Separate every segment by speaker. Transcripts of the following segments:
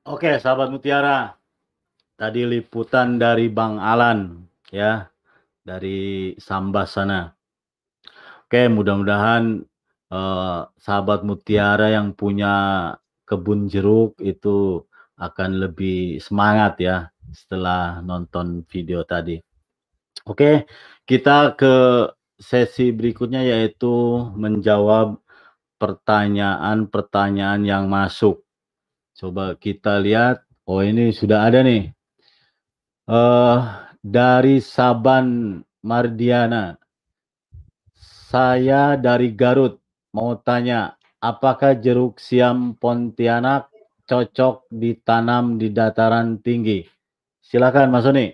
Speaker 1: Oke, sahabat Mutiara, tadi liputan dari Bang Alan ya, dari Sambas sana. Oke, mudah-mudahan sahabat Mutiara yang punya kebun jeruk itu akan lebih semangat ya setelah nonton video tadi. Oke, kita ke sesi berikutnya yaitu menjawab pertanyaan-pertanyaan yang masuk. Coba kita lihat. Oh, ini sudah ada nih. Dari Saban Mardiana. Saya dari Garut. Mau tanya, apakah jeruk siam Pontianak cocok ditanam di dataran tinggi? Silakan Mas Soni.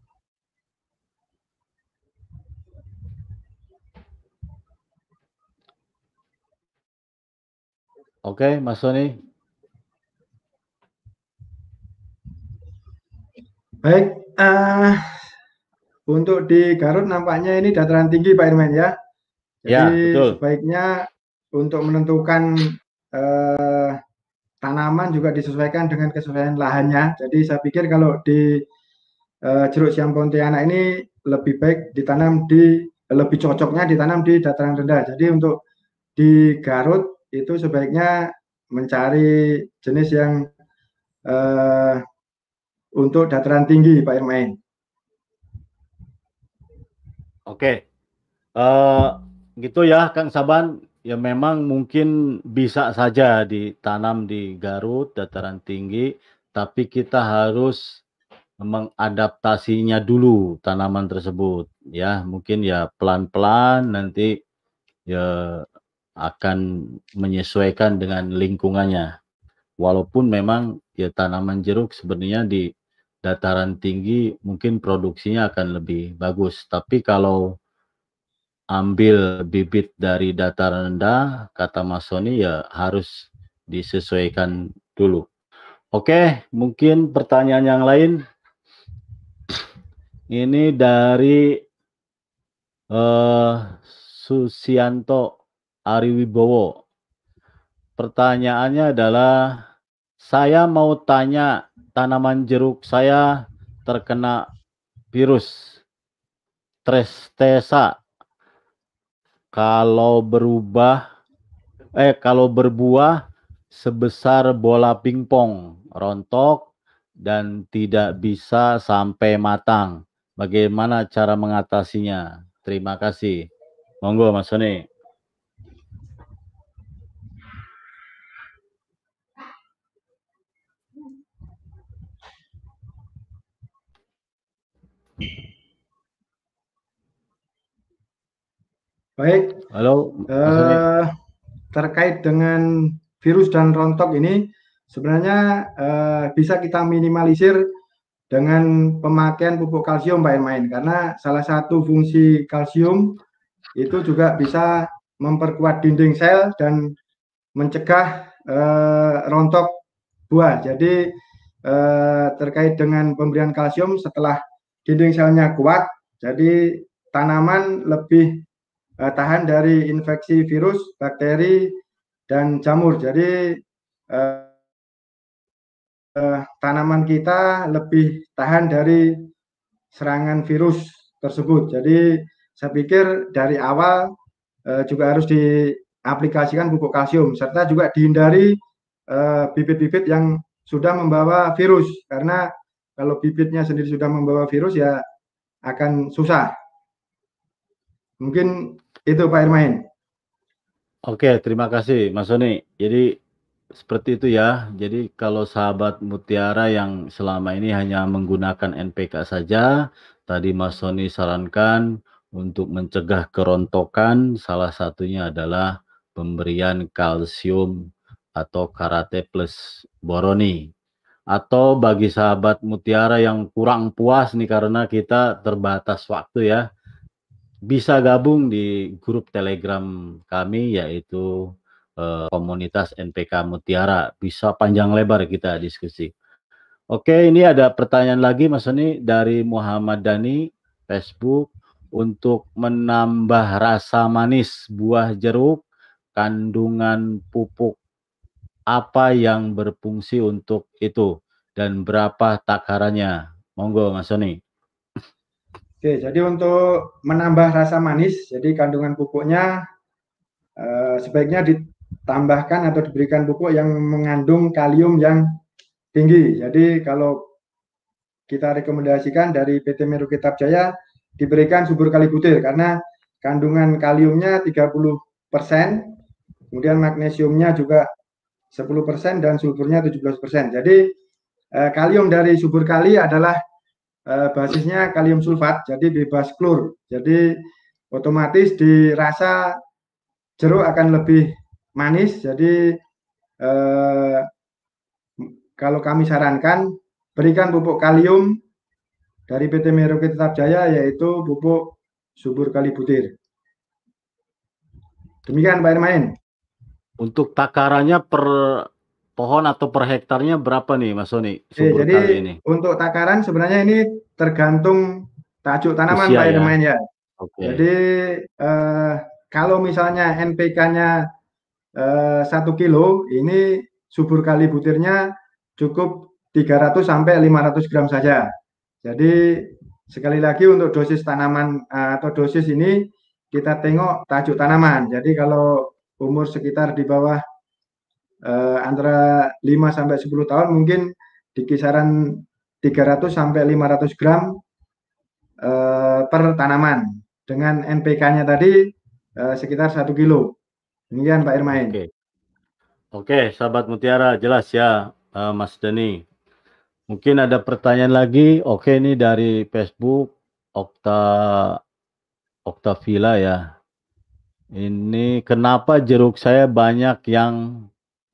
Speaker 1: Oke, Mas Soni.
Speaker 2: Baik, untuk di Garut nampaknya ini dataran tinggi Pak Irman ya. Jadi
Speaker 1: Ya, betul.
Speaker 2: sebaiknya untuk menentukan tanaman juga disesuaikan dengan kesesuaian lahannya. Jadi saya pikir kalau di jeruk siam Pontianak ini lebih baik ditanam lebih cocoknya ditanam di dataran rendah. Jadi untuk di Garut itu sebaiknya mencari jenis yang untuk dataran tinggi Pak Irman.
Speaker 1: Oke. Gitu ya Kang Saban, ya memang mungkin bisa saja ditanam di Garut dataran tinggi, tapi kita harus mengadaptasinya dulu tanaman tersebut ya, mungkin ya pelan-pelan nanti ya akan menyesuaikan dengan lingkungannya. Walaupun memang ya tanaman jeruk sebenarnya di dataran tinggi mungkin produksinya akan lebih bagus, tapi kalau ambil bibit dari dataran rendah, kata Mas Soni ya harus disesuaikan dulu. Oke, mungkin pertanyaan yang lain. Ini dari Susianto Ariwibowo. Pertanyaannya adalah, saya mau tanya tanaman jeruk saya terkena virus Tristeza. Kalau berbuah sebesar bola pingpong, rontok dan tidak bisa sampai matang. Bagaimana cara mengatasinya? Terima kasih. Monggo Mas Soni.
Speaker 2: Baik,
Speaker 1: Halo Mas Soni.
Speaker 2: terkait dengan virus dan rontok ini sebenarnya bisa kita minimalisir dengan pemakaian pupuk kalsium Pak Irmain, karena salah satu fungsi kalsium itu juga bisa memperkuat dinding sel dan mencegah rontok buah. Jadi terkait dengan pemberian kalsium setelah dinding selnya kuat, jadi tanaman lebih tahan dari infeksi virus, bakteri, dan jamur. Jadi tanaman kita lebih tahan dari serangan virus tersebut. Jadi saya pikir dari awal juga harus diaplikasikan pupuk kalsium, serta juga dihindari bibit-bibit yang sudah membawa virus, karena kalau bibitnya sendiri sudah membawa virus ya akan susah. Mungkin itu Pak Irmain.
Speaker 1: Oke, terima kasih Mas Soni. Jadi seperti itu ya. Jadi kalau sahabat Mutiara yang selama ini hanya menggunakan NPK saja, tadi Mas Soni sarankan untuk mencegah kerontokan, salah satunya adalah pemberian kalsium atau karate plus boroni. Atau bagi sahabat Mutiara yang kurang puas nih karena kita terbatas waktu ya, bisa gabung di grup Telegram kami yaitu komunitas NPK Mutiara. Bisa panjang lebar kita diskusi. Oke, ini ada pertanyaan lagi Mas Soni dari Muhammad Dani Facebook. Untuk menambah rasa manis buah jeruk, kandungan pupuk apa yang berfungsi untuk itu dan berapa takarannya? Monggo Mas Sony.
Speaker 2: Oke, jadi untuk menambah rasa manis, jadi kandungan pupuknya sebaiknya ditambahkan atau diberikan pupuk yang mengandung kalium yang tinggi. Jadi kalau kita rekomendasikan dari PT Meru Kitab Jaya diberikan subur kali butir karena kandungan kaliumnya 30%, kemudian magnesiumnya juga 10% dan sulfurnya 17%. Jadi kalium dari subur kali adalah basisnya kalium sulfat, jadi bebas klor. Jadi otomatis dirasa jeruk akan lebih manis. Jadi kalau kami sarankan berikan pupuk kalium dari PT Merauke Tetap Jaya, yaitu pupuk subur kali butir. Demikian Pak Irmain.
Speaker 1: Untuk takarannya per pohon atau per hektarnya berapa nih Mas Sony subur
Speaker 2: Jadi
Speaker 1: kali ini?
Speaker 2: untuk takaran sebenarnya ini tergantung tajuk tanaman
Speaker 1: Usia
Speaker 2: Pak
Speaker 1: ya.
Speaker 2: Irmain ya.
Speaker 1: Oke.
Speaker 2: Jadi kalau misalnya NPK-nya 1 kilo, ini subur kali butirnya cukup 300 sampai 500 gram saja. Jadi sekali lagi untuk dosis tanaman atau dosis ini kita tengok tajuk tanaman. Jadi kalau umur sekitar di bawah antara 5 sampai 10 tahun mungkin di kisaran 300 sampai 500 gram per tanaman. Dengan NPK-nya tadi sekitar 1 kilo. Demikian Pak Irmain.
Speaker 1: Oke, sahabat Mutiara, jelas ya Mas Dani. Mungkin ada pertanyaan lagi. Oke, ini dari Facebook Oktavila ya. Ini kenapa jeruk saya banyak yang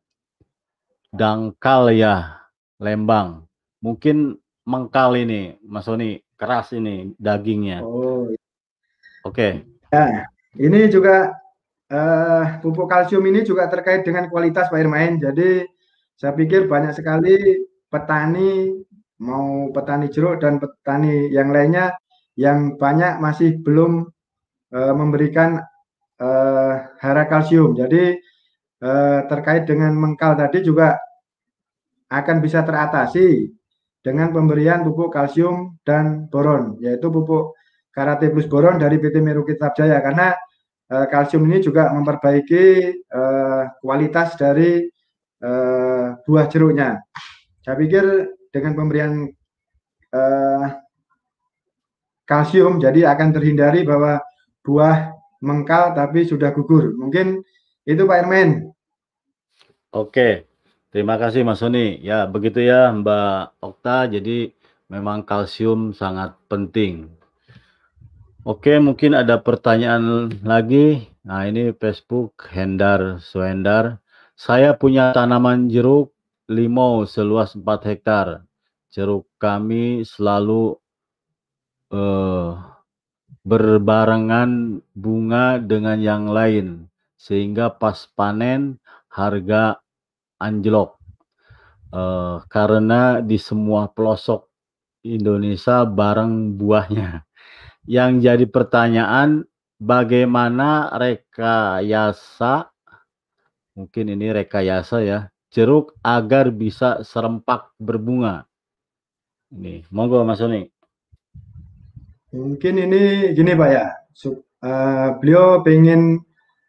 Speaker 1: dangkal ya, lembang. Mungkin mengkal ini, Mas Sony, keras ini dagingnya.
Speaker 2: Oh.
Speaker 1: Oke.
Speaker 2: Ya, ini juga pupuk kalsium ini juga terkait dengan kualitas Pak Irmain. Jadi saya pikir banyak sekali petani, mau petani jeruk dan petani yang lainnya, yang banyak masih belum memberikan hara kalsium. Jadi terkait dengan mengkal tadi juga akan bisa teratasi dengan pemberian pupuk kalsium dan boron, yaitu pupuk Karate Plus Boron dari PT Meru Kitab Jaya, karena kalsium ini juga memperbaiki kualitas dari buah jeruknya. Saya pikir dengan pemberian kalsium jadi akan terhindari bahwa buah mengkal tapi sudah gugur. Mungkin itu Pak Irmain.
Speaker 1: Oke, terima kasih Mas Sony. Ya, begitu ya Mbak Okta. Jadi memang kalsium sangat penting. Oke, mungkin ada pertanyaan lagi. Nah, ini Facebook Hendar Suendar. Saya punya tanaman jeruk limau seluas 4 hektar. Jeruk kami selalu berbarengan bunga dengan yang lain, sehingga pas panen harga anjlok. Karena di semua pelosok Indonesia bareng buahnya. Yang jadi pertanyaan, bagaimana rekayasa, mungkin ini rekayasa ya, jeruk agar bisa serempak berbunga. Ini, monggo Mas Sony.
Speaker 2: Mungkin ini gini Pak ya, beliau pengen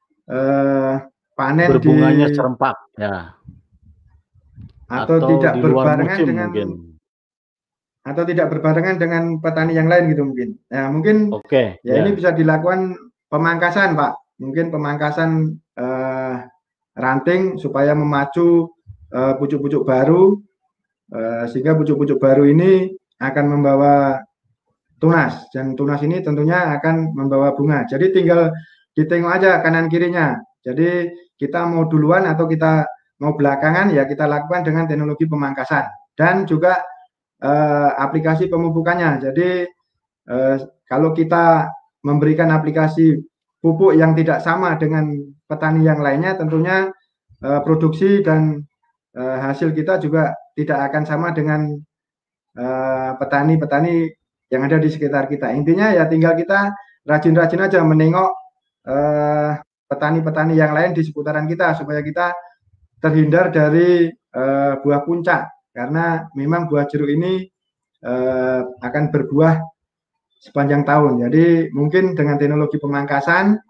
Speaker 2: panen
Speaker 1: berbunganya serempak ya,
Speaker 2: atau tidak
Speaker 1: di luar
Speaker 2: berbarengan
Speaker 1: musim
Speaker 2: dengan
Speaker 1: mungkin.
Speaker 2: Atau tidak berbarengan dengan petani yang lain gitu mungkin. Ya mungkin ya ini bisa dilakukan pemangkasan Pak. Mungkin pemangkasan ranting supaya memacu pucuk-pucuk baru, sehingga pucuk-pucuk baru ini akan membawa tunas, dan tunas ini tentunya akan membawa bunga. Jadi tinggal ditengok aja kanan kirinya. Jadi kita mau duluan atau kita mau belakangan, ya kita lakukan dengan teknologi pemangkasan. Dan juga aplikasi pemupukannya. Jadi kalau kita memberikan aplikasi pupuk yang tidak sama dengan petani yang lainnya, tentunya produksi dan hasil kita juga tidak akan sama dengan petani-petani yang ada di sekitar kita. Intinya ya tinggal kita rajin-rajin aja menengok petani-petani yang lain di seputaran kita, supaya kita terhindar dari buah puncak, karena memang buah jeruk ini akan berbuah sepanjang tahun. Jadi mungkin dengan teknologi pemangkasan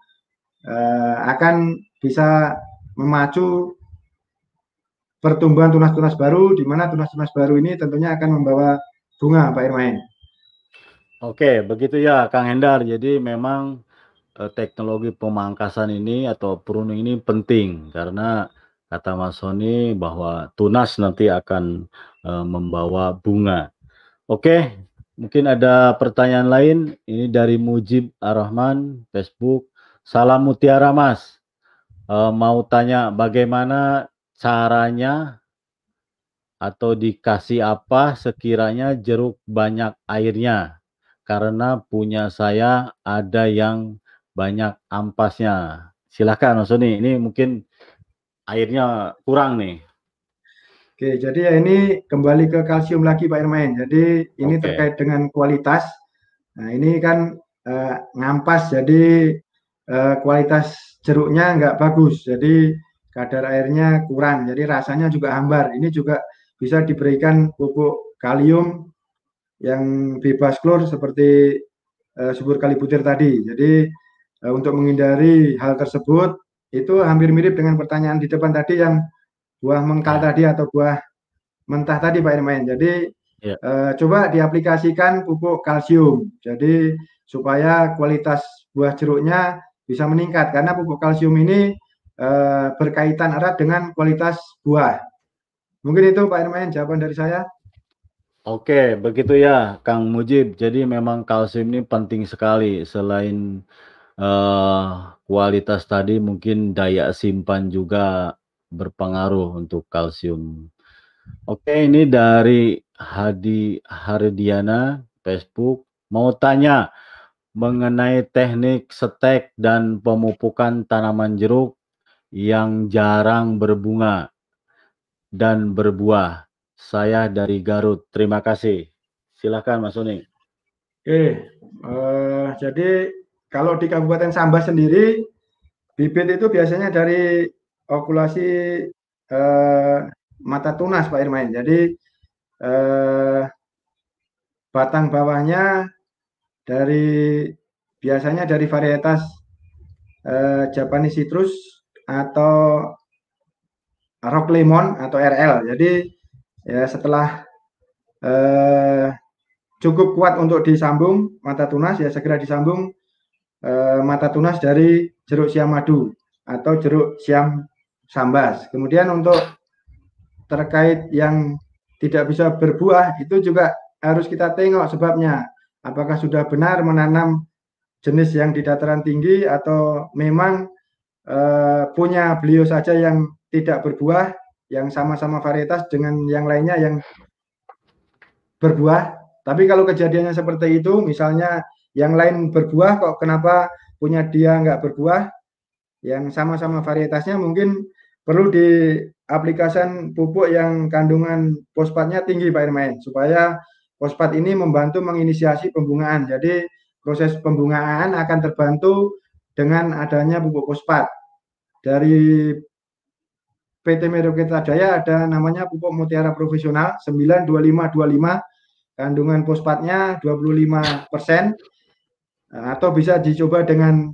Speaker 2: akan bisa memacu pertumbuhan tunas-tunas baru, di mana tunas-tunas baru ini tentunya akan membawa bunga, Pak Irmain.
Speaker 1: Oke, begitu ya Kang Hendar. Jadi memang teknologi pemangkasan ini atau pruning ini penting karena kata Mas Sony bahwa tunas nanti akan membawa bunga. Oke, mungkin ada pertanyaan lain. Ini dari Mujib Ar-Rahman, Facebook. Salam Mutiara Mas. Mau tanya bagaimana caranya atau dikasih apa sekiranya jeruk banyak airnya? Karena punya saya ada yang banyak ampasnya. Silakan Mas Sony, ini mungkin airnya kurang nih.
Speaker 2: Oke, jadi ya ini kembali ke kalsium lagi Pak Irmain. Jadi ini
Speaker 1: Oke.
Speaker 2: terkait dengan kualitas. Nah ini kan ngampas, jadi kualitas jeruknya nggak bagus. Jadi kadar airnya kurang. Jadi rasanya juga hambar. Ini juga bisa diberikan pupuk kalium yang bebas klor seperti subur kali butir tadi. Jadi untuk menghindari hal tersebut itu hampir mirip dengan pertanyaan di depan tadi yang buah mengkal
Speaker 1: Ya,
Speaker 2: tadi atau buah mentah tadi Pak Irmain. Jadi
Speaker 1: ya.
Speaker 2: coba diaplikasikan pupuk kalsium. Jadi supaya kualitas buah jeruknya bisa meningkat karena pupuk kalsium ini berkaitan erat dengan kualitas buah. Mungkin itu Pak Irmain jawaban dari saya.
Speaker 1: Oke, begitu ya, Kang Mujib. Jadi memang kalsium ini penting sekali. Selain kualitas tadi, mungkin daya simpan juga berpengaruh untuk kalsium. Oke, ini dari Hadi Hardiana, Facebook. Mau tanya mengenai teknik setek dan pemupukan tanaman jeruk yang jarang berbunga dan berbuah. Saya dari Garut. Terima kasih. Silakan Mas Sony.
Speaker 2: Oke, jadi kalau di Kabupaten Sambas sendiri bibit itu biasanya dari okulasi mata tunas Pak Irmain. Jadi batang bawahnya biasanya dari varietas Japanese citrus atau rock lemon atau RL. Jadi ya setelah cukup kuat untuk disambung mata tunas, ya segera disambung mata tunas dari jeruk siam madu atau jeruk siam sambas. Kemudian untuk terkait yang tidak bisa berbuah itu juga harus kita tengok sebabnya. Apakah sudah benar menanam jenis yang di dataran tinggi atau memang punya beliau saja yang tidak berbuah, yang sama-sama varietas dengan yang lainnya yang berbuah. Tapi kalau kejadiannya seperti itu, misalnya yang lain berbuah kok kenapa punya dia nggak berbuah, yang sama-sama varietasnya mungkin perlu diaplikasikan pupuk yang kandungan fosfatnya tinggi Pak Irmain, supaya fosfat ini membantu menginisiasi pembungaan. Jadi proses pembungaan akan terbantu dengan adanya pupuk fosfat. Dari PT Meroketra Jaya ada namanya pupuk Mutiara Profesional 92525, kandungan fosfatnya 25%, atau bisa dicoba dengan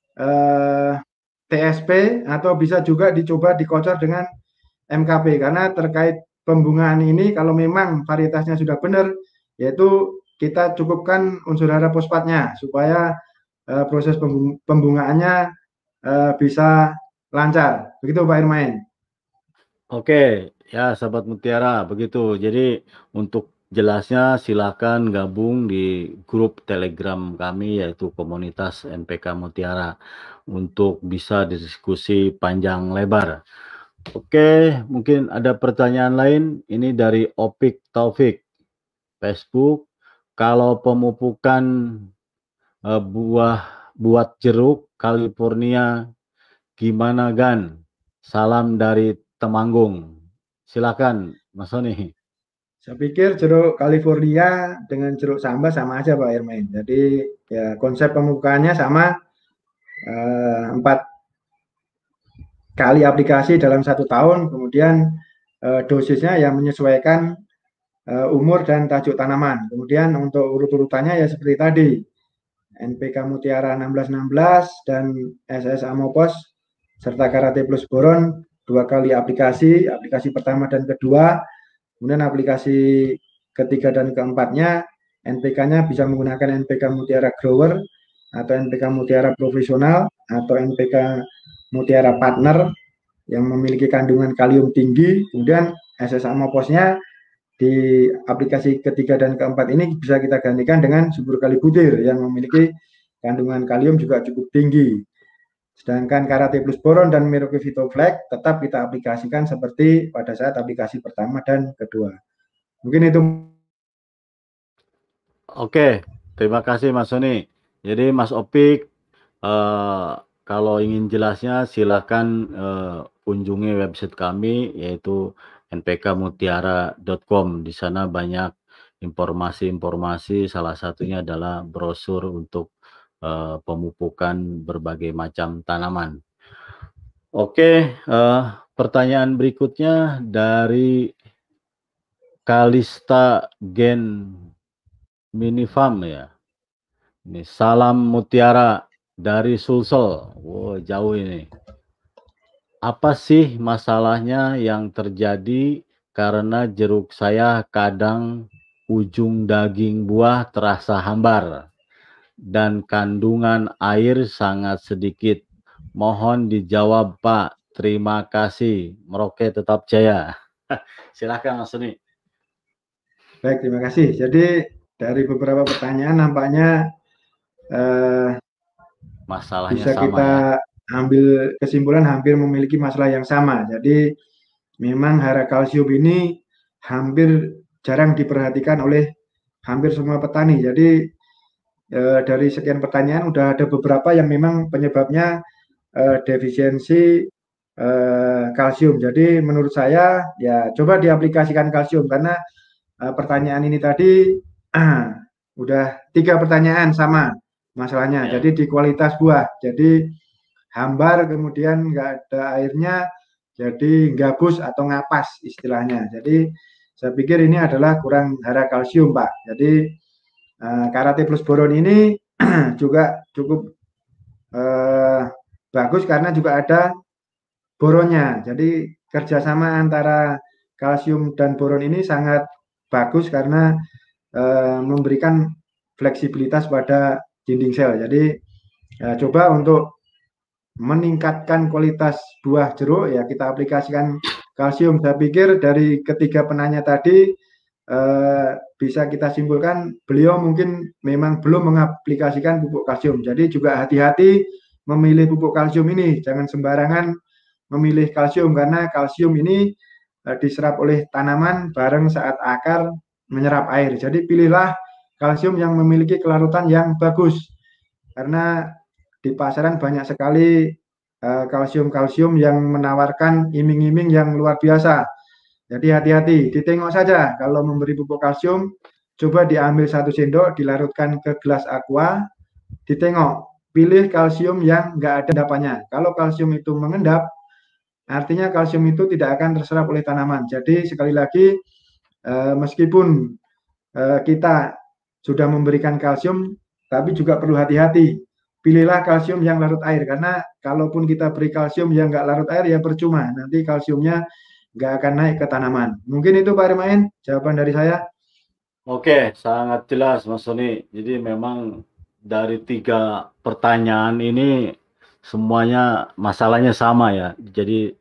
Speaker 2: TSP atau bisa juga dicoba dikocor dengan MKP, karena terkait pembungaan ini kalau memang varietasnya sudah benar, yaitu kita cukupkan unsur hara fosfatnya supaya proses pembungaannya bisa lancar. Begitu Pak Irmain.
Speaker 1: Oke, ya sahabat Mutiara, begitu. Jadi untuk jelasnya silakan gabung di grup Telegram kami yaitu komunitas NPK Mutiara untuk bisa diskusi panjang lebar. Oke, mungkin ada pertanyaan lain. Ini dari Opik Taufik, Facebook. Kalau pemupukan buat jeruk California gimana Gan? Salam dari Temanggung. Silakan Mas Sony.
Speaker 2: Saya pikir jeruk California dengan jeruk sambas sama aja Pak Irmain. Jadi ya konsep pemupukannya sama, 4 kali aplikasi dalam 1 tahun, kemudian dosisnya yang menyesuaikan umur dan tajuk tanaman. Kemudian untuk urut-urutannya ya seperti tadi, NPK Mutiara 1616 dan SS Amopos serta Karate Plus Boron 2 kali aplikasi, aplikasi pertama dan kedua, kemudian aplikasi ketiga dan keempatnya NPK-nya bisa menggunakan NPK Mutiara Grower atau NPK Mutiara Profesional atau NPK Mutiara Partner yang memiliki kandungan kalium tinggi. Kemudian SS Amoposnya di aplikasi ketiga dan keempat ini bisa kita gantikan dengan subur kalibutir yang memiliki kandungan kalium juga cukup tinggi. Sedangkan Karate Plus Boron dan Merauke Vitoflex tetap kita aplikasikan seperti pada saat aplikasi pertama dan kedua. Mungkin itu.
Speaker 1: Oke, terima kasih Mas Sony. Jadi Mas Opik, kalau ingin jelasnya silahkan kunjungi website kami yaitu npkmutiara.com. Di sana banyak informasi-informasi, salah satunya adalah brosur untuk pemupukan berbagai macam tanaman. Oke, pertanyaan berikutnya dari Kalista Gen Minifarm ya. Ini salam mutiara dari Sulsel. Wow, jauh ini. Apa sih masalahnya yang terjadi karena jeruk saya kadang ujung daging buah terasa hambar dan kandungan air sangat sedikit. Mohon dijawab Pak. Terima kasih. Merauke tetap jaya. Silakan Mas Sony.
Speaker 2: Baik, terima kasih. Jadi dari beberapa pertanyaan nampaknya
Speaker 1: Masalahnya
Speaker 2: bisa
Speaker 1: sama
Speaker 2: kita
Speaker 1: ya.
Speaker 2: ambil kesimpulan hampir memiliki masalah yang sama. Jadi memang hara kalsium ini hampir jarang diperhatikan oleh hampir semua petani. Jadi dari sekian pertanyaan udah ada beberapa yang memang penyebabnya defisiensi kalsium. Jadi menurut saya ya coba diaplikasikan kalsium karena pertanyaan ini tadi udah 3 pertanyaan sama masalahnya.
Speaker 1: Ya.
Speaker 2: Jadi di kualitas buah. Jadi hambar kemudian nggak ada airnya, jadi gabus atau ngapas istilahnya. Jadi saya pikir ini adalah kurang hara kalsium Pak. Jadi Karate Plus Boron ini juga cukup bagus karena juga ada boronnya. Jadi kerjasama antara kalsium dan boron ini sangat bagus karena memberikan fleksibilitas pada dinding sel. Jadi coba untuk meningkatkan kualitas buah jeruk ya kita aplikasikan kalsium. Saya pikir dari ketiga penanya tadi bisa kita simpulkan beliau mungkin memang belum mengaplikasikan pupuk kalsium. Jadi juga hati-hati memilih pupuk kalsium ini. Jangan sembarangan memilih kalsium karena kalsium ini diserap oleh tanaman bareng saat akar menyerap air. Jadi pilihlah kalsium yang memiliki kelarutan yang bagus. Karena di pasaran banyak sekali kalsium-kalsium yang menawarkan iming-iming yang luar biasa. Jadi hati-hati, ditengok saja kalau memberi pupuk kalsium, coba diambil 1 sendok, dilarutkan ke gelas aqua, ditengok, pilih kalsium yang nggak ada endapannya. Kalau kalsium itu mengendap, artinya kalsium itu tidak akan terserap oleh tanaman. Jadi sekali lagi, meskipun kita sudah memberikan kalsium, tapi juga perlu hati-hati. Pilihlah kalsium yang larut air, karena kalaupun kita beri kalsium yang nggak larut air, ya percuma. Nanti kalsiumnya nggak akan naik ke tanaman. Mungkin itu Pak Rimain, jawaban dari saya.
Speaker 1: Oke, sangat jelas Mas Sony. Jadi memang dari 3 pertanyaan ini semuanya masalahnya sama ya. Jadi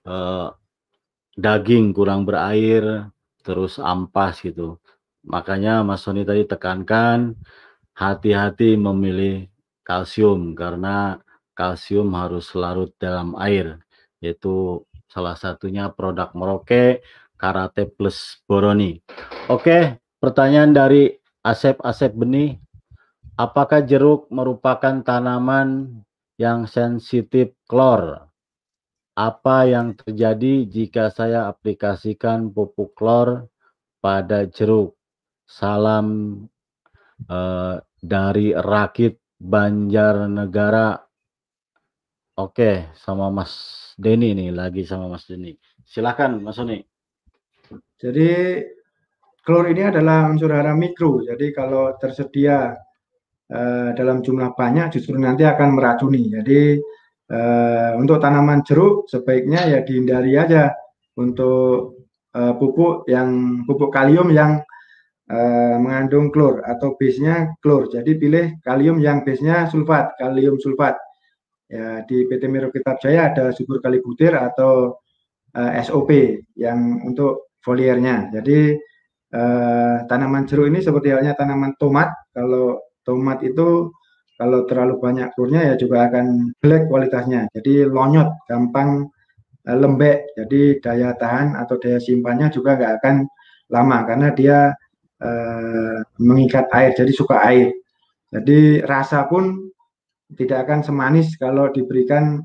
Speaker 1: daging kurang berair, terus ampas gitu. Makanya Mas Sony tadi tekankan hati-hati memilih kalsium karena kalsium harus larut dalam air, yaitu salah satunya produk Merauke Karate Plus Boroni. Oke, pertanyaan dari Asep Benih, apakah jeruk merupakan tanaman yang sensitif klor? Apa yang terjadi jika saya aplikasikan pupuk klor pada jeruk? Salam dari Rakit Banjarnegara. Oke, sama Mas Denny nih, lagi sama Mas Denny. Silakan Mas Sony.
Speaker 2: Jadi klor ini adalah unsur hara mikro. Jadi kalau tersedia dalam jumlah banyak justru nanti akan meracuni. Jadi untuk tanaman jeruk sebaiknya ya dihindari aja untuk pupuk kalium yang mengandung klor atau base-nya klor. Jadi pilih kalium yang base-nya sulfat, kalium sulfat. Ya, di PT Miro Kitab Jaya ada subur kalibutir atau SOP yang untuk foliernya. Jadi tanaman jeruk ini seperti halnya tanaman tomat. Kalau tomat itu kalau terlalu banyak klornya ya juga akan jelek kualitasnya. Jadi lonyot, gampang lembek. Jadi daya tahan atau daya simpannya juga nggak akan lama karena dia mengikat air, jadi suka air. Jadi rasa pun tidak akan semanis kalau diberikan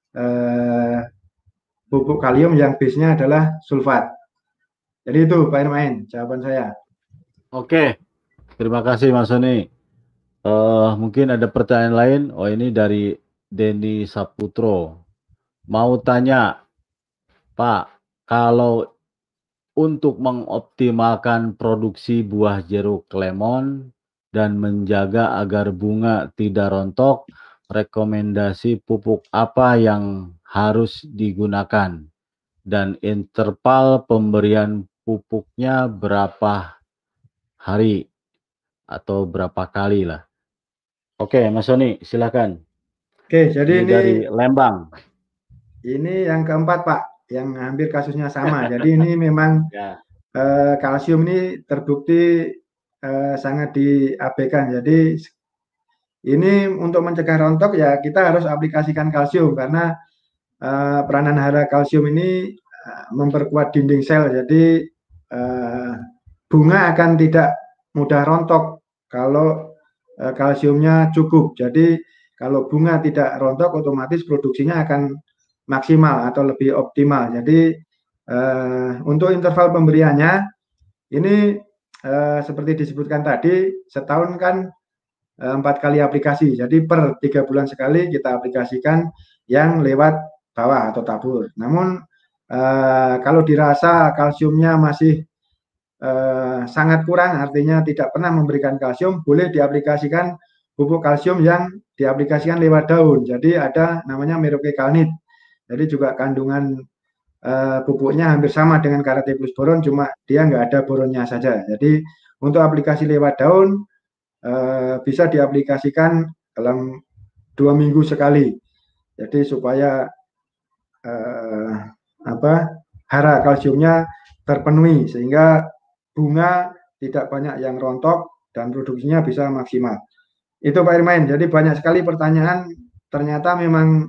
Speaker 2: pupuk kalium yang base-nya adalah sulfat. Jadi itu Pak Irmain, jawaban saya.
Speaker 1: Oke, terima kasih Mas Sony. Mungkin ada pertanyaan lain. Oh, ini dari Denny Saputro. Mau tanya, Pak, kalau untuk mengoptimalkan produksi buah jeruk lemon dan menjaga agar bunga tidak rontok, rekomendasi pupuk apa yang harus digunakan? Dan interval pemberian pupuknya berapa hari atau berapa kali lah? Oke, Mas Sony, silakan.
Speaker 2: Oke, jadi
Speaker 1: Ini dari Lembang.
Speaker 2: ini yang keempat Pak, yang hampir kasusnya sama. Jadi ini memang
Speaker 1: Ya.
Speaker 2: kalsium ini terbukti sangat diabaikan. Jadi ini untuk mencegah rontok ya kita harus aplikasikan kalsium karena peranan hara kalsium ini memperkuat dinding sel. Jadi bunga akan tidak mudah rontok kalau kalsiumnya cukup. Jadi kalau bunga tidak rontok otomatis produksinya akan maksimal atau lebih optimal. Jadi untuk interval pemberiannya ini seperti disebutkan tadi setahun kan 4 kali aplikasi. Jadi per 3 bulan sekali kita aplikasikan yang lewat bawah atau tabur. Namun kalau dirasa kalsiumnya masih sangat kurang, artinya tidak pernah memberikan kalsium, boleh diaplikasikan pupuk kalsium yang diaplikasikan lewat daun. Jadi ada namanya merokekalnit. Jadi juga kandungan pupuknya hampir sama dengan karate plus boron, cuma dia nggak ada boronnya saja. Jadi untuk aplikasi lewat daun bisa diaplikasikan dalam 2 minggu sekali. Jadi supaya hara kalsiumnya terpenuhi sehingga bunga tidak banyak yang rontok dan produksinya bisa maksimal. Itu Pak Irmain. Jadi banyak sekali pertanyaan. Ternyata memang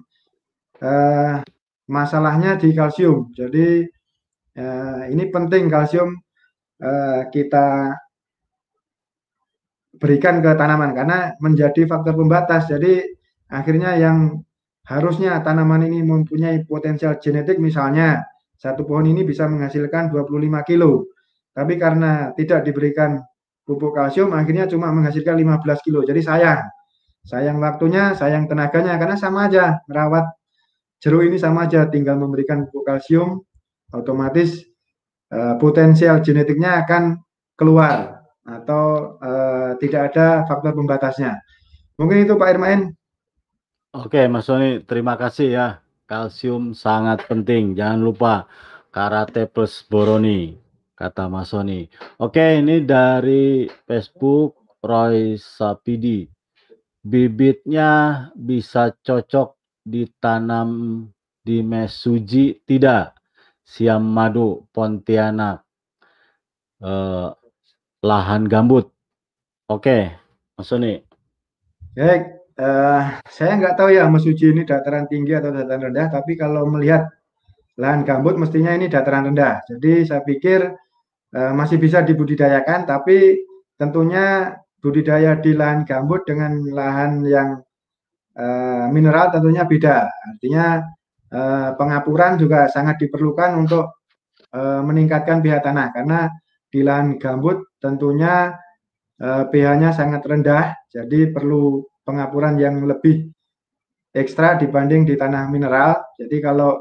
Speaker 2: masalahnya di kalsium. Jadi ini penting kalsium kita berikan ke tanaman karena menjadi faktor pembatas. Jadi akhirnya yang harusnya tanaman ini mempunyai potensial genetik, misalnya satu pohon ini bisa menghasilkan 25 kilo. Tapi karena tidak diberikan pupuk kalsium akhirnya cuma menghasilkan 15 kilo. Jadi sayang waktunya, sayang tenaganya karena sama aja merawat jeruk ini, sama aja tinggal memberikan pupuk kalsium otomatis potensial genetiknya akan keluar atau tidak ada faktor pembatasnya. Mungkin itu Pak Irmain.
Speaker 1: Oke, Mas Sony, terima kasih ya. Kalsium sangat penting. Jangan lupa karate plus boroni, kata Mas Sony. Oke, ini dari Facebook Roy Sapidi. Bibitnya bisa cocok ditanam di Mesuji tidak? Siam Madu, Pontianak, lahan gambut. Oke, Mas Sony.
Speaker 2: Baik, saya nggak tahu ya Mas Uji ini dataran tinggi atau dataran rendah, tapi kalau melihat lahan gambut mestinya ini dataran rendah. Jadi saya pikir masih bisa dibudidayakan, tapi tentunya budidaya di lahan gambut dengan lahan yang mineral tentunya beda. Artinya pengapuran juga sangat diperlukan untuk meningkatkan pH tanah karena di lahan gambut tentunya pH-nya sangat rendah, jadi perlu pengapuran yang lebih ekstra dibanding di tanah mineral. Jadi kalau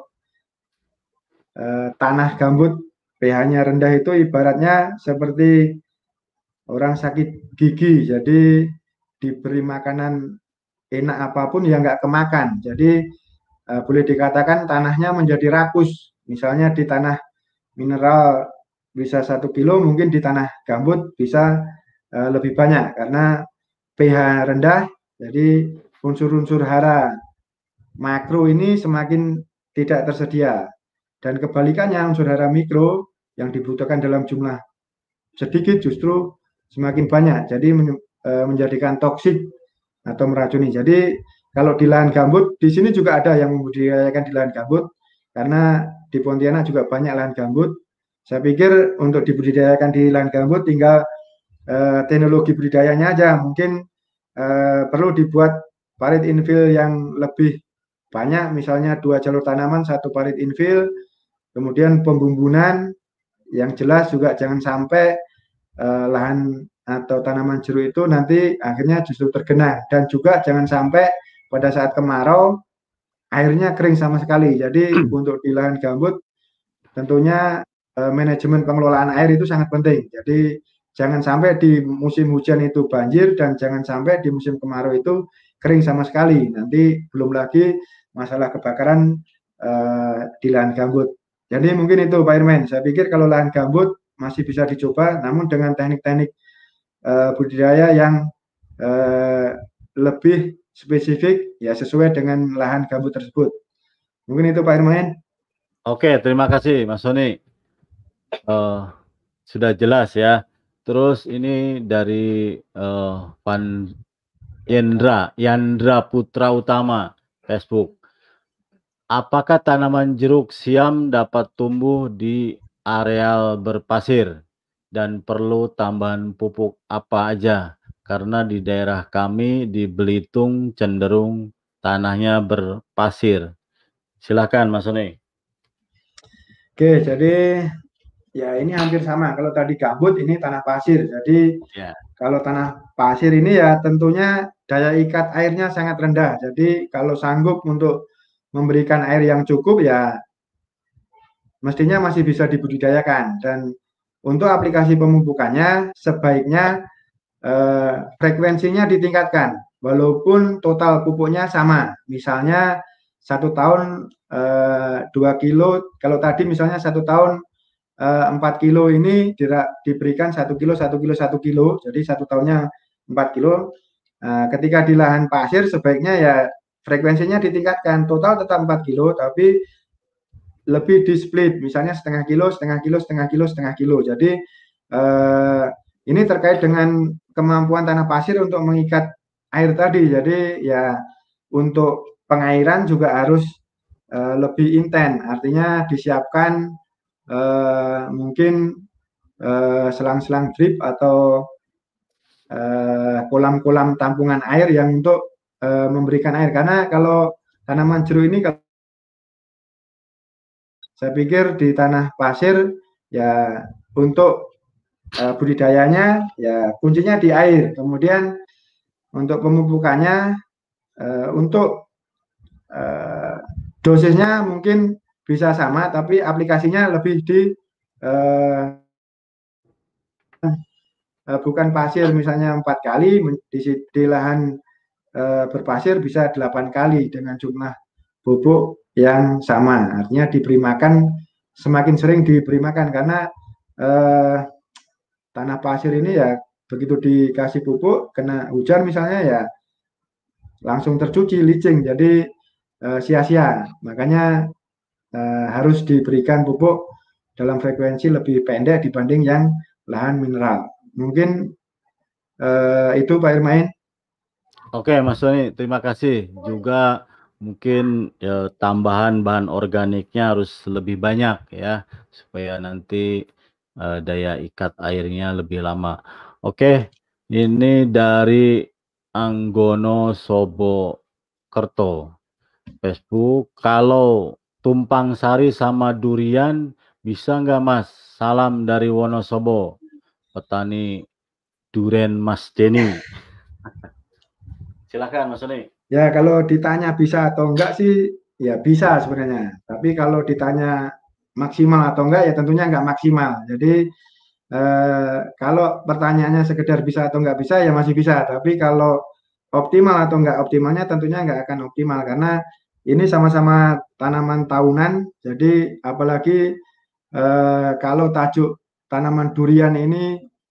Speaker 2: tanah gambut pH-nya rendah itu ibaratnya seperti orang sakit gigi. Jadi diberi makanan enak apapun ya nggak kemakan. Jadi boleh dikatakan tanahnya menjadi rakus. Misalnya di tanah mineral bisa 1 kilo, mungkin di tanah gambut bisa lebih banyak karena pH rendah. Jadi unsur-unsur hara makro ini semakin tidak tersedia. Dan kebalikannya unsur hara mikro yang dibutuhkan dalam jumlah sedikit justru semakin banyak. Jadi menjadikan toksik atau meracuni. Jadi kalau di lahan gambut, di sini juga ada yang membudidayakan di lahan gambut, karena di Pontianak juga banyak lahan gambut. Saya pikir untuk dibudidayakan di lahan gambut tinggal teknologi budidayanya aja. Mungkin perlu dibuat parit infill yang lebih banyak, misalnya 2 jalur tanaman, 1 parit infill, kemudian pembumbunan yang jelas juga jangan sampai lahan atau tanaman jeruk itu nanti akhirnya justru tergenang, dan juga jangan sampai pada saat kemarau airnya kering sama sekali. Jadi untuk di lahan gambut tentunya manajemen pengelolaan air itu sangat penting. Jadi jangan sampai di musim hujan itu banjir dan jangan sampai di musim kemarau itu kering sama sekali. Nanti belum lagi masalah kebakaran di lahan gambut. Jadi mungkin itu Pak Irman. Saya pikir kalau lahan gambut masih bisa dicoba, namun dengan teknik-teknik budidaya yang lebih spesifik ya sesuai dengan lahan gambut tersebut. Mungkin itu Pak Irman.
Speaker 1: Oke, terima kasih Mas Sony. Sudah jelas ya. Terus ini dari Pan Yandra Putra Utama, Facebook. Apakah tanaman jeruk siam dapat tumbuh di areal berpasir dan perlu tambahan pupuk apa aja? Karena di daerah kami di Belitung cenderung tanahnya berpasir. Silakan Mas Sony.
Speaker 2: Oke, jadi ya ini hampir sama. Kalau tadi gambut, ini tanah pasir. Jadi kalau tanah pasir ini ya tentunya daya ikat airnya sangat rendah. Jadi kalau sanggup untuk memberikan air yang cukup ya mestinya masih bisa dibudidayakan. Dan untuk aplikasi pemupukannya sebaiknya frekuensinya ditingkatkan walaupun total pupuknya sama. Misalnya 1 tahun 2 kilo, kalau tadi misalnya 1 tahun 4 kilo, ini diberikan 1 kilo, 1 kilo, 1 kilo, jadi 1 tahunnya 4 kilo. Ketika di lahan pasir sebaiknya ya frekuensinya ditingkatkan, total tetap 4 kilo, tapi lebih di split, misalnya setengah kilo, setengah kilo, setengah kilo, setengah kilo. Jadi ini terkait dengan kemampuan tanah pasir untuk mengikat air tadi. Jadi ya untuk pengairan juga harus lebih intens, artinya disiapkan mungkin selang-selang drip atau kolam-kolam tampungan air yang untuk memberikan air. Karena kalau tanaman jeruk ini, saya pikir di tanah pasir ya untuk budidayanya ya kuncinya di air. Kemudian untuk pemupukannya untuk dosisnya mungkin bisa sama, tapi aplikasinya lebih di bukan pasir misalnya 4 kali, di lahan berpasir bisa 8 kali dengan jumlah pupuk yang sama. Artinya diberi makan, semakin sering diberi makan, karena tanah pasir ini ya begitu dikasih pupuk, kena hujan misalnya ya langsung tercuci licin, jadi sia-sia. Makanya harus diberikan pupuk dalam frekuensi lebih pendek dibanding yang lahan mineral. Mungkin itu Pak Irmain.
Speaker 1: Oke Mas Sony, terima kasih. Juga mungkin ya, tambahan bahan organiknya harus lebih banyak ya, supaya nanti daya ikat airnya lebih lama. Oke, ini dari Anggono Sobokerto, Facebook. Kalau tumpang sari sama durian bisa nggak Mas? Salam dari Wonosobo, petani duren Mas Denny. Silakan Mas Sony.
Speaker 2: Ya kalau ditanya bisa atau enggak sih, ya bisa sebenarnya. Tapi kalau ditanya maksimal atau enggak, ya tentunya enggak maksimal. Jadi kalau pertanyaannya sekedar bisa atau enggak bisa, ya masih bisa. Tapi kalau optimal atau enggak optimalnya, tentunya enggak akan optimal karena ini sama-sama tanaman tahunan. Jadi apalagi kalau tajuk tanaman durian ini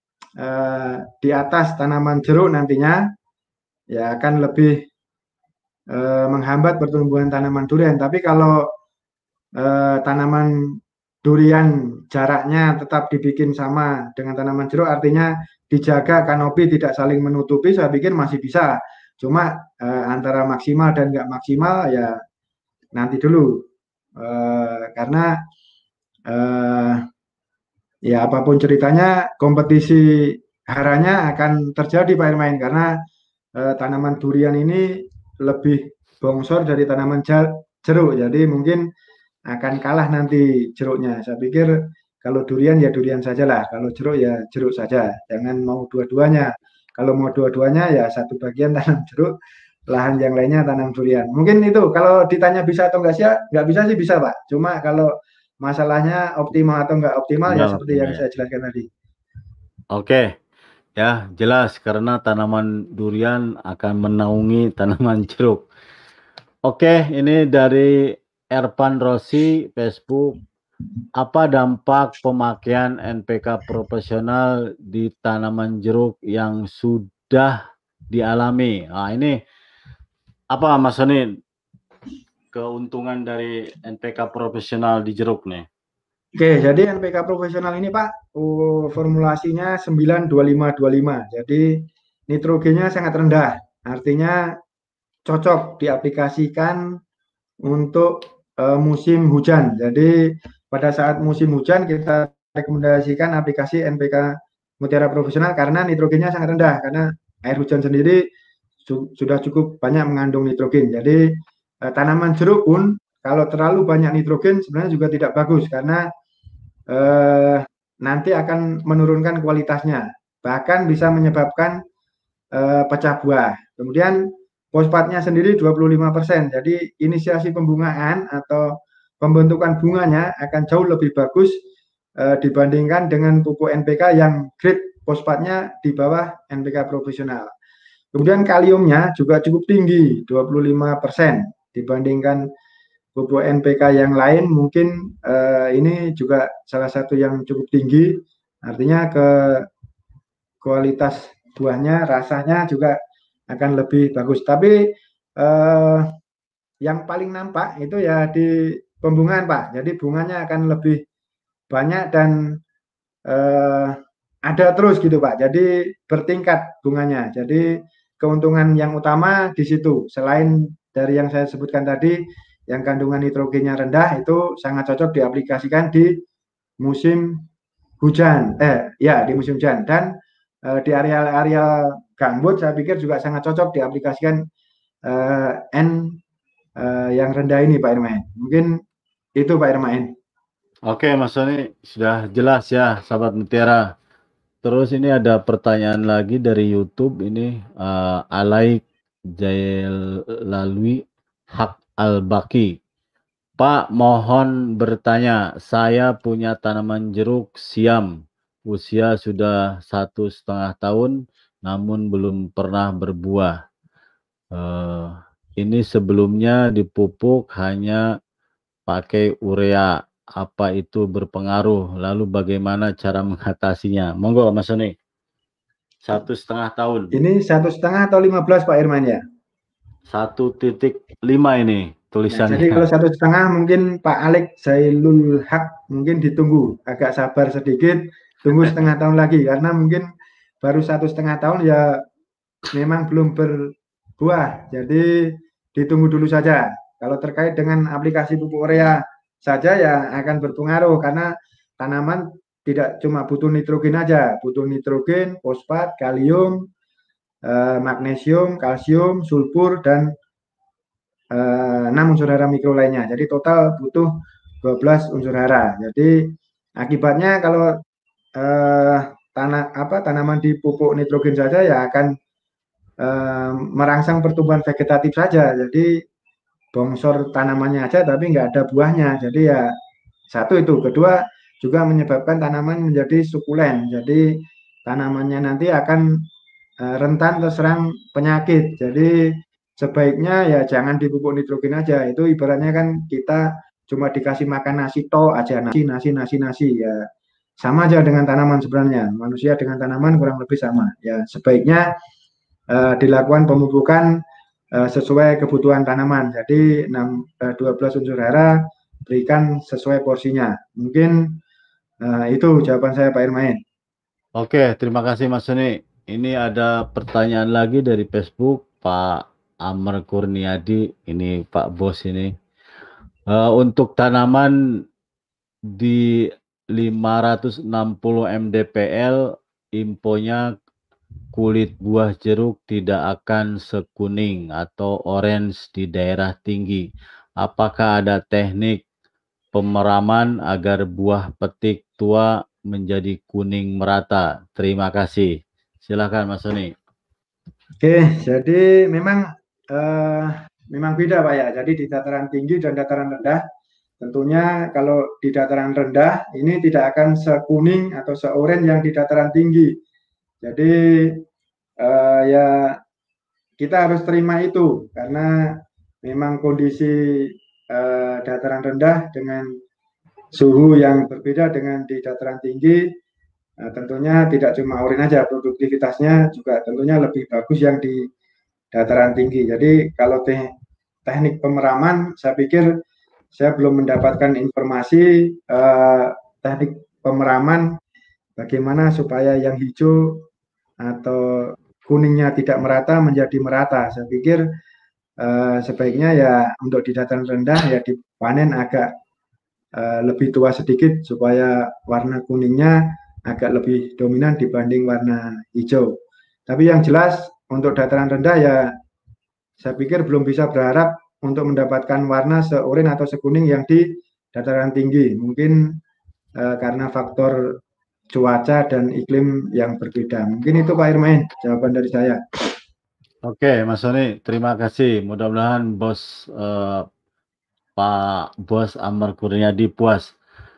Speaker 2: di atas tanaman jeruk nantinya, ya akan lebih menghambat pertumbuhan tanaman durian. Tapi kalau tanaman durian jaraknya tetap dibikin sama dengan tanaman jeruk, artinya dijaga kanopi tidak saling menutupi, saya pikir masih bisa. Cuma antara maksimal dan nggak maksimal ya nanti dulu. Karena eh, ya apapun ceritanya kompetisi haranya akan terjadi Pak Irmain karena tanaman durian ini lebih bongsor dari tanaman jeruk. Jadi mungkin akan kalah nanti jeruknya. Saya pikir kalau durian ya durian sajalah, kalau jeruk ya jeruk saja. Jangan mau dua-duanya. Kalau mau dua-duanya ya satu bagian tanam jeruk, lahan yang lainnya tanam durian. Mungkin itu kalau ditanya bisa atau enggak sih, nggak bisa sih bisa Pak. Cuma kalau masalahnya optimal atau enggak optimal ya
Speaker 1: Optimal apa
Speaker 2: seperti yang
Speaker 1: enggak ya?
Speaker 2: saya jelaskan tadi.
Speaker 1: Oke, ya jelas karena tanaman durian akan menaungi tanaman jeruk. Oke, ini dari Ervan Rossi Facebook. Apa dampak pemakaian NPK profesional di tanaman jeruk yang sudah dialami? Nah, ini apa Mas Soni keuntungan dari NPK profesional di jeruk nih?
Speaker 2: Oke, jadi NPK profesional ini Pak, formulasinya 92525. Jadi nitrogennya sangat rendah. Artinya cocok diaplikasikan untuk musim hujan. Jadi pada saat musim hujan kita rekomendasikan aplikasi NPK Mutiara Profesional karena nitrogennya sangat rendah. Karena air hujan sendiri sudah cukup banyak mengandung nitrogen. Jadi tanaman jeruk pun kalau terlalu banyak nitrogen sebenarnya juga tidak bagus karena nanti akan menurunkan kualitasnya. Bahkan bisa menyebabkan pecah buah. Kemudian fosfatnya sendiri 25%. Jadi inisiasi pembungaan atau pembentukan bunganya akan jauh lebih bagus dibandingkan dengan pupuk NPK yang grade fosfatnya di bawah NPK profesional. Kemudian kaliumnya juga cukup tinggi, 25% dibandingkan pupuk NPK yang lain mungkin ini juga salah satu yang cukup tinggi. Artinya ke kualitas buahnya, rasanya juga akan lebih bagus. Tapi yang paling nampak itu ya di pembungaan Pak. Jadi bunganya akan lebih banyak dan ada terus gitu Pak. Jadi bertingkat bunganya. Jadi keuntungan yang utama di situ. Selain dari yang saya sebutkan tadi, yang kandungan nitrogennya rendah itu sangat cocok diaplikasikan di musim hujan. Ya di musim hujan dan di area-area gambut saya pikir juga sangat cocok diaplikasikan N yang rendah ini Pak Irmain. Mungkin itu Pak Irmain.
Speaker 1: Oke, Mas Soni sudah jelas ya, sahabat Mutiara. Terus ini ada pertanyaan lagi dari YouTube ini Alaik Jailalui Hak Al-Baki. Pak, mohon bertanya, saya punya tanaman jeruk siam, usia sudah 1,5 tahun, namun belum pernah berbuah. Ini sebelumnya dipupuk hanya pakai urea. Apa itu berpengaruh? Lalu bagaimana cara mengatasinya? Monggo Mas Soni. 1,5 tahun.
Speaker 2: Ini 1,5 atau 15 Pak Irman ya?
Speaker 1: 1,5 ini
Speaker 2: Nah,
Speaker 1: tulisannya.
Speaker 2: jadi kalau 1,5 mungkin Pak Alex Zailul Haq mungkin ditunggu, agak sabar sedikit, tunggu setengah tahun lagi karena mungkin baru 1,5 tahun ya memang belum berbuah, jadi ditunggu dulu saja. Kalau terkait dengan aplikasi pupuk urea saja ya akan berpengaruh karena tanaman tidak cuma butuh nitrogen aja, butuh nitrogen, fosfat, kalium, magnesium, kalsium, sulfur dan 6 unsur hara mikro lainnya. Jadi total butuh 12 unsur hara. Jadi akibatnya kalau tanaman dipupuk nitrogen saja ya akan merangsang pertumbuhan vegetatif saja. Jadi bongsor tanamannya aja tapi nggak ada buahnya. Jadi ya satu itu. Kedua juga menyebabkan tanaman menjadi sukulen. Jadi tanamannya nanti akan rentan terserang penyakit. Jadi sebaiknya ya jangan dipupuk nitrogen aja. Itu ibaratnya kan kita cuma dikasih makan nasi to aja, nasi ya sama aja dengan tanaman sebenarnya. Manusia dengan tanaman kurang lebih sama. Ya sebaiknya dilakukan pemupukan sesuai kebutuhan tanaman. Jadi 12 unsur hara berikan sesuai porsinya. Mungkin itu jawaban saya Pak Irmain.
Speaker 1: Oke, terima kasih Mas Soni. Ini ada pertanyaan lagi dari Facebook, Pak Amr Kurniadi. Ini Pak Bos ini. Untuk tanaman di 560 mdpl, infonya kulit buah jeruk tidak akan sekuning atau orange di daerah tinggi. Apakah ada teknik pemeraman agar buah petik tua menjadi kuning merata? Terima kasih. Silakan Mas Soni.
Speaker 2: Oke, jadi memang beda Pak ya. Jadi di dataran tinggi dan dataran rendah, tentunya kalau di dataran rendah ini tidak akan sekuning atau seoren yang di dataran tinggi. Jadi ya kita harus terima itu karena memang kondisi dataran rendah dengan suhu yang berbeda dengan di dataran tinggi, tentunya tidak cuma oren aja, produktivitasnya juga tentunya lebih bagus yang di dataran tinggi. Jadi kalau teknik pemeraman, saya pikir saya belum mendapatkan informasi teknik pemeraman bagaimana supaya yang hijau atau kuningnya tidak merata menjadi merata. Saya pikir sebaiknya ya untuk di dataran rendah ya dipanen agak lebih tua sedikit supaya warna kuningnya agak lebih dominan dibanding warna hijau. Tapi yang jelas untuk dataran rendah ya saya pikir belum bisa berharap untuk mendapatkan warna seoren atau sekuning yang di dataran tinggi. Mungkin karena faktor cuaca dan iklim yang berbeda. Mungkin itu Pak Irmain jawaban dari saya.
Speaker 1: Oke, Mas Soni, terima kasih. Mudah-mudahan Pak Bos Amr Kurniadi puas.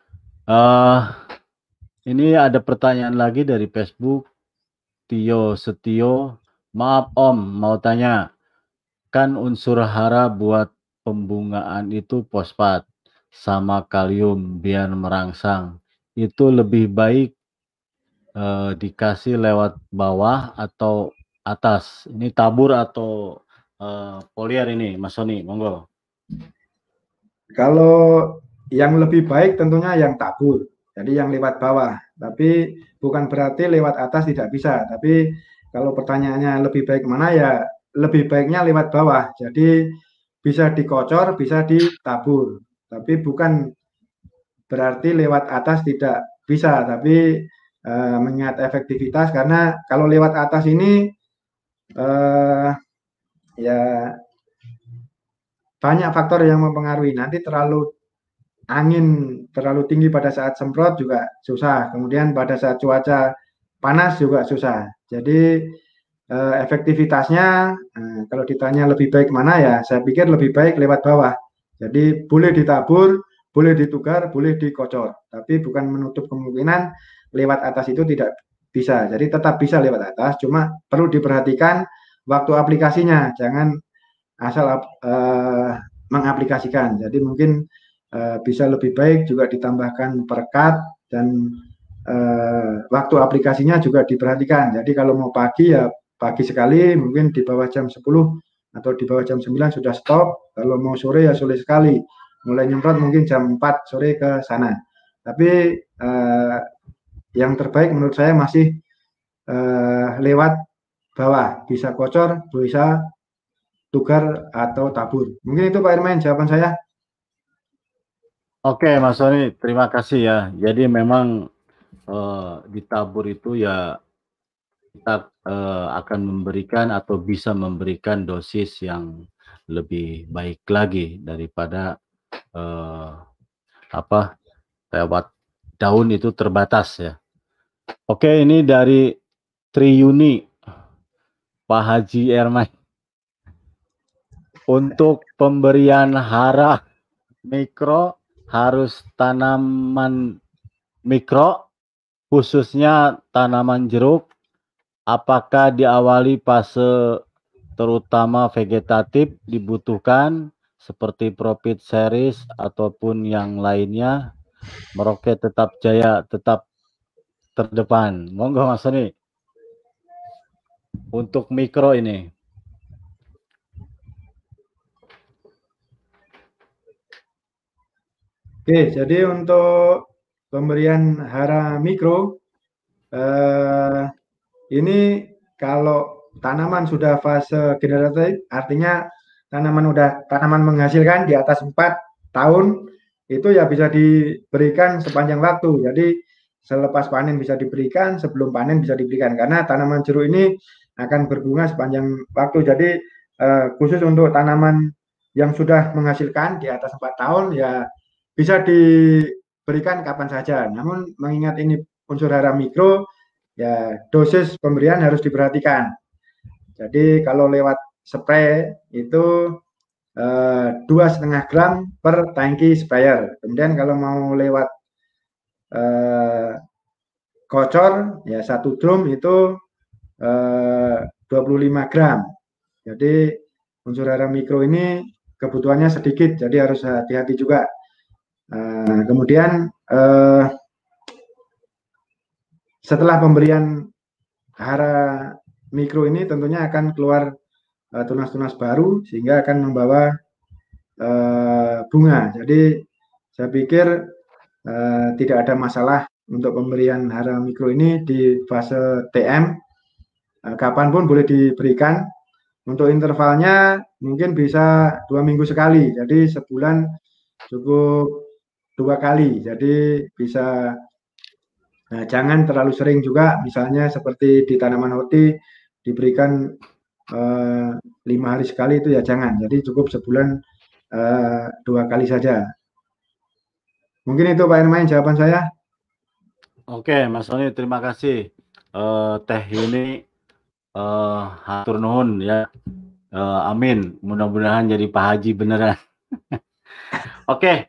Speaker 1: Ini ada pertanyaan lagi dari Facebook, Tio Setio. Maaf Om, mau tanya, kan unsur hara buat pembungaan itu fosfat sama kalium biar merangsang. Itu lebih baik dikasih lewat bawah atau atas? Ini tabur atau foliar ini, Mas Soni, monggo.
Speaker 2: Kalau yang lebih baik tentunya yang tabur, jadi yang lewat bawah. Tapi bukan berarti lewat atas tidak bisa. Tapi kalau pertanyaannya lebih baik mana ya lebih baiknya lewat bawah. Jadi bisa dikocor, bisa ditabur. Tapi bukan berarti lewat atas tidak bisa. Tapi mengingat efektivitas karena kalau lewat atas ini ya banyak faktor yang mempengaruhi. Nanti angin terlalu tinggi pada saat semprot juga susah. Kemudian pada saat cuaca panas juga susah. Jadi efektivitasnya kalau ditanya lebih baik mana ya, saya pikir lebih baik lewat bawah. Jadi boleh ditabur, boleh ditugar, boleh dikocor. Tapi bukan menutup kemungkinan lewat atas itu tidak bisa. Jadi tetap bisa lewat atas, cuma perlu diperhatikan waktu aplikasinya. Jangan asal mengaplikasikan. Jadi mungkin bisa lebih baik juga ditambahkan perekat dan waktu aplikasinya juga diperhatikan. Jadi kalau mau pagi ya pagi sekali, mungkin di bawah jam 10 atau di bawah jam 9 sudah stop. Kalau mau sore ya sore sekali. Mulai nyemprot mungkin jam 4 sore ke sana. Tapi yang terbaik menurut saya masih lewat bawah. Bisa kocor, bisa tugar atau tabur. Mungkin itu Pak Irmain jawaban saya.
Speaker 1: Oke, Mas Soni, terima kasih ya. Jadi memang ditabur itu ya kita akan memberikan atau bisa memberikan dosis yang lebih baik lagi daripada lewat daun itu terbatas ya. Oke, ini dari Triyuni. Pak Haji Ermain. Untuk pemberian hara mikro harus tanaman mikro, khususnya tanaman jeruk. Apakah diawali fase terutama vegetatif dibutuhkan seperti Profit Series ataupun yang lainnya? Merauke Tetap Jaya tetap terdepan. Monggo Mas Soni. Untuk mikro ini.
Speaker 2: Oke, jadi untuk pemberian hara mikro, ini kalau tanaman sudah fase generatif, artinya tanaman menghasilkan di atas 4 tahun, itu ya bisa diberikan sepanjang waktu. Jadi selepas panen bisa diberikan, sebelum panen bisa diberikan. Karena tanaman jeruk ini akan berbunga sepanjang waktu. Jadi khusus untuk tanaman yang sudah menghasilkan di atas 4 tahun, ya bisa diberikan kapan saja. Namun mengingat ini unsur hara mikro, ya dosis pemberian harus diperhatikan. Jadi kalau lewat spray itu 2,5 gram per tangki sprayer. Kemudian kalau mau lewat kocor, ya 1 drum itu 25 gram. Jadi unsur hara mikro ini kebutuhannya sedikit, jadi harus hati-hati juga. Kemudian setelah pemberian hara mikro ini tentunya akan keluar tunas-tunas baru sehingga akan membawa bunga. Jadi saya pikir tidak ada masalah untuk pemberian hara mikro ini di fase TM. Kapanpun boleh diberikan. Untuk intervalnya mungkin bisa 2 minggu sekali. Jadi sebulan cukup 2 kali. Jadi bisa jangan terlalu sering juga, misalnya seperti di tanaman roti diberikan 5 hari sekali itu ya jangan. Jadi cukup sebulan 2 kali saja. Mungkin itu Pak Ermain jawaban saya.
Speaker 1: Oke, Mas Soni, terima kasih. Teh Yuni, hatur nuhun ya. Amin. Mudah-mudahan jadi Pak Haji beneran. Oke,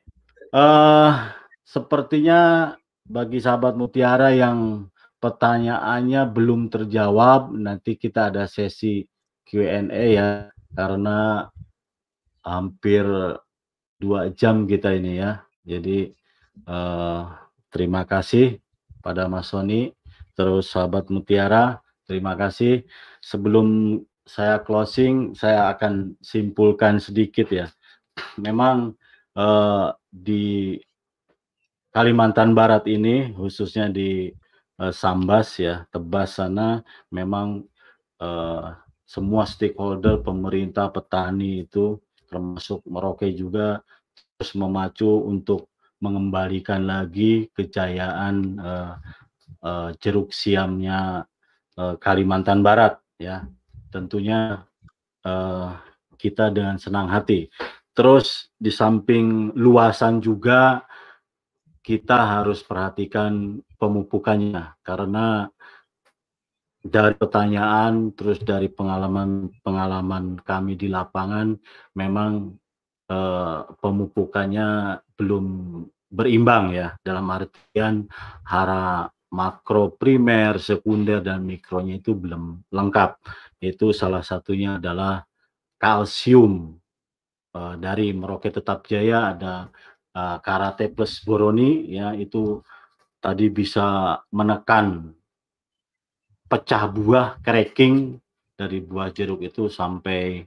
Speaker 1: sepertinya bagi sahabat Mutiara yang pertanyaannya belum terjawab, nanti kita ada sesi Q&A ya, karena hampir 2 jam kita ini ya. Jadi terima kasih pada Mas Soni, terus sahabat Mutiara, terima kasih. Sebelum saya closing, saya akan simpulkan sedikit ya. Memang di Kalimantan Barat ini, khususnya di Sambas ya, Tebas sana, memang semua stakeholder, pemerintah, petani itu, termasuk Merauke juga, terus memacu untuk mengembalikan lagi kejayaan jeruk siamnya Kalimantan Barat ya. Tentunya kita dengan senang hati. Terus di samping luasan juga kita harus perhatikan pemupukannya, karena dari pertanyaan terus dari pengalaman kami di lapangan memang pemupukannya belum berimbang ya, dalam artian hara makro primer, sekunder dan mikronya itu belum lengkap. Itu salah satunya adalah kalsium. Dari Merauke Tetap Jaya ada Karate Plus Boroni ya, itu tadi bisa menekan pecah buah, cracking dari buah jeruk itu sampai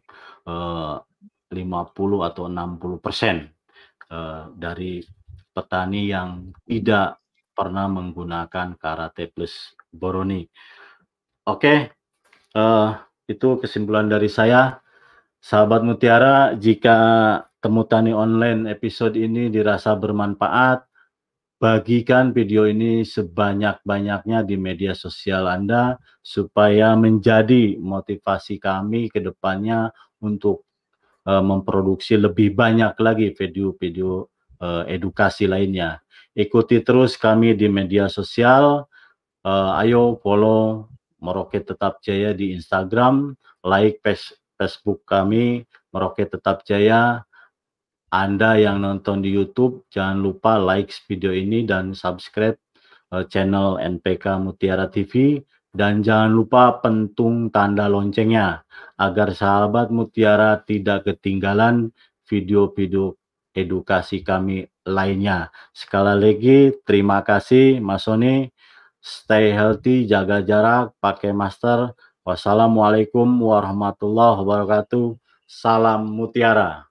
Speaker 1: 50 atau 60% dari petani yang tidak pernah menggunakan Karate Plus Boroni. Oke, itu kesimpulan dari saya. Sahabat Mutiara, jika Temu Tani Online episode ini dirasa bermanfaat, bagikan video ini sebanyak-banyaknya di media sosial Anda supaya menjadi motivasi kami ke depannya untuk memproduksi lebih banyak lagi video-video edukasi lainnya. Ikuti terus kami di media sosial, ayo follow Merauke Tetap Jaya di Instagram, like Facebook kami Merauke Tetap Jaya. Anda yang nonton di YouTube, jangan lupa like video ini dan subscribe channel NPK Mutiara TV, dan jangan lupa pentung tanda loncengnya agar sahabat Mutiara tidak ketinggalan video-video edukasi kami lainnya. Sekali lagi terima kasih Mas Sony. Stay healthy, jaga jarak, pakai masker. Wassalamualaikum warahmatullahi wabarakatuh. Salam Mutiara.